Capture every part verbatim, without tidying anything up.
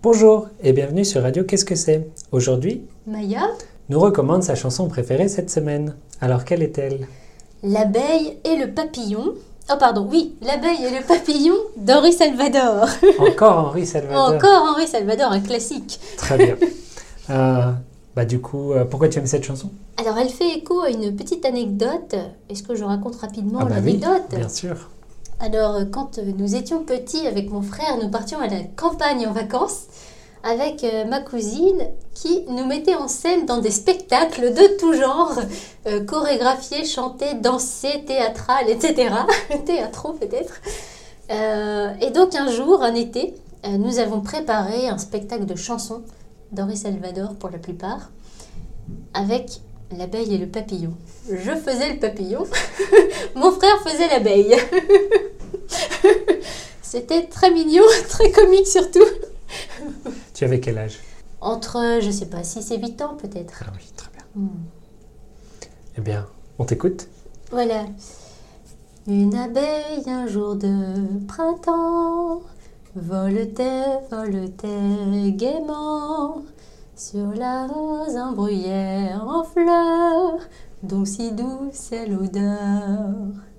Bonjour et bienvenue sur Radio Qu'est-ce que c'est? Aujourd'hui, Maya nous recommande sa chanson préférée cette semaine. Alors quelle est-elle? L'abeille et le papillon. Oh pardon, oui, l'abeille et le papillon d'Henri Salvador. Encore Henri Salvador. Encore Henri Salvador, un classique. Très bien. Euh, bah du coup, euh, pourquoi tu aimes cette chanson? Alors elle fait écho à une petite anecdote. Est-ce que je raconte rapidement Ah bah oui, l'anecdote? bien sûr. Alors quand nous étions petits avec mon frère, nous partions à la campagne en vacances avec euh, ma cousine qui nous mettait en scène dans des spectacles de tout genre, euh, chorégraphiés, chantés, dansés, théâtral, et cetera. Théâtraux peut-être. Euh, et donc un jour, un été, euh, nous avons préparé un spectacle de chansons d'Henri Salvador pour la plupart, avec l'abeille et le papillon. Je faisais le papillon, mon frère faisait l'abeille. C'était très mignon, très comique surtout. Tu avais quel âge? Entre, je sais pas, six et huit ans peut-être. Ah oui, très bien. Hmm. Eh bien, on t'écoute? Voilà. Une abeille un jour de printemps voletait, voletait gaiement sur la rose un bruyère en fleurs, dont si douce est l'odeur.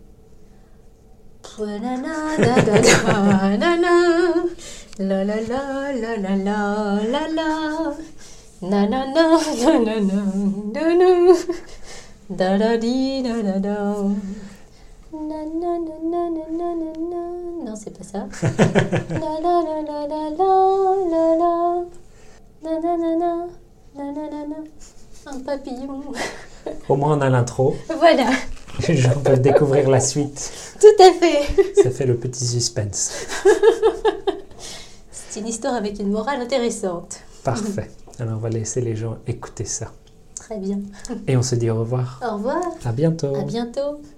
Nanana, da, da, da, nana. La la la la la la la la na na na na na na na na da da di da da da na na na na na na na na. Non, c'est pas ça. La la la la la la la la na na na na na na na na. Un papillon. Au moins on a l'intro. Voilà. Les gens peuvent découvrir la suite. Tout à fait. Ça fait le petit suspense. C'est une histoire avec une morale intéressante. Parfait. Alors on va laisser les gens écouter ça. Très bien. Et on se dit au revoir. Au revoir. À bientôt. À bientôt.